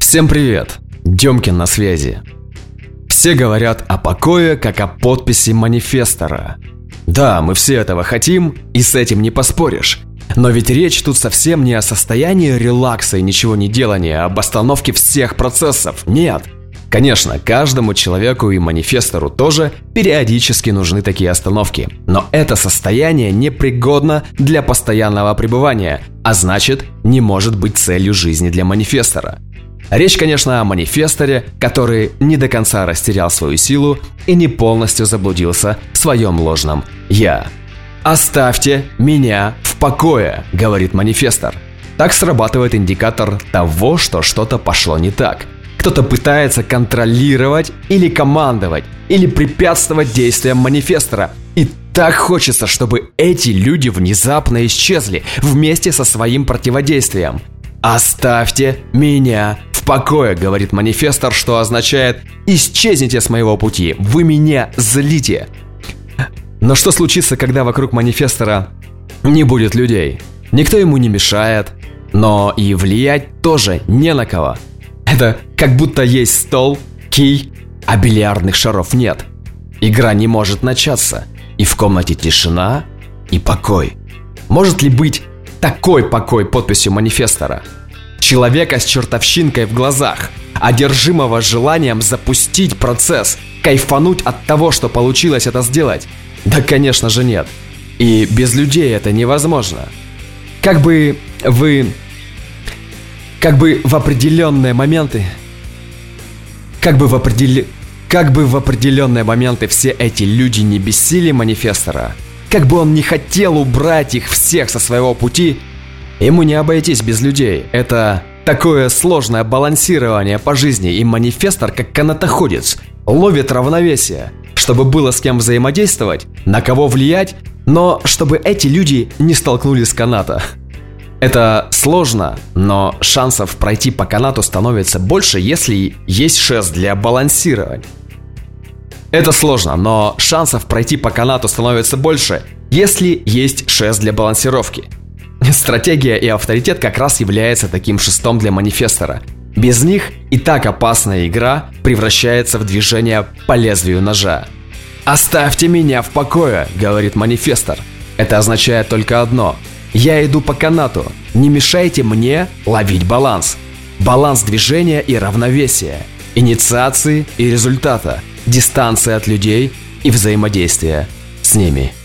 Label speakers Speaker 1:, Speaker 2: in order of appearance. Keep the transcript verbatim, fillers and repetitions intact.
Speaker 1: Всем привет! Демкин на связи. Все говорят о покое, как о подписи манифестора. Да, мы все этого хотим, и с этим не поспоришь. Но ведь речь тут совсем не о состоянии релакса и ничего не делания, а об остановке всех процессов. Нет. Конечно, каждому человеку и манифестору тоже периодически нужны такие остановки. Но это состояние непригодно для постоянного пребывания, а значит, не может быть целью жизни для манифестора. Речь, конечно, о манифесторе, который не до конца растерял свою силу и не полностью заблудился в своем ложном «я». «Оставьте меня в покое», — говорит манифестор. Так срабатывает индикатор того, что что-то пошло не так. Кто-то пытается контролировать или командовать, или препятствовать действиям манифестора. И так хочется, чтобы эти люди внезапно исчезли вместе со своим противодействием. «Оставьте меня в покое», — говорит манифестор, что означает «исчезните с моего пути, вы меня злите». Но что случится, когда вокруг манифестора не будет людей? Никто ему не мешает, но и влиять тоже не на кого. Это как будто есть стол, кий, а бильярдных шаров нет. Игра не может начаться, и в комнате тишина и покой. Может ли быть такой покой подписью манифестора? Человека с чертовщинкой в глазах, одержимого желанием запустить процесс, кайфануть от того, что получилось это сделать? Да, конечно же, нет. И без людей это невозможно. Как бы вы... Как бы в определенные моменты... Как бы в определенные... Как бы в определенные моменты все эти люди не бесили манифестора, как бы он не хотел убрать их всех со своего пути, ему не обойтись без людей. Это такое сложное балансирование по жизни, и манифестор, как канатоходец, ловит равновесие, чтобы было с кем взаимодействовать, на кого влиять, но чтобы эти люди не столкнулись с каната. Это сложно, но шансов пройти по канату становится больше, если есть шест для балансирования. Это сложно, но шансов пройти по канату становится больше, если есть шест для балансировки. Стратегия и авторитет как раз является таким шестом для манифестора. Без них и так опасная игра превращается в движение по лезвию ножа. «Оставьте меня в покое», — говорит манифестор. Это означает только одно: я иду по канату, не мешайте мне ловить баланс. Баланс движения и равновесия, инициации и результата, дистанции от людей и взаимодействия с ними.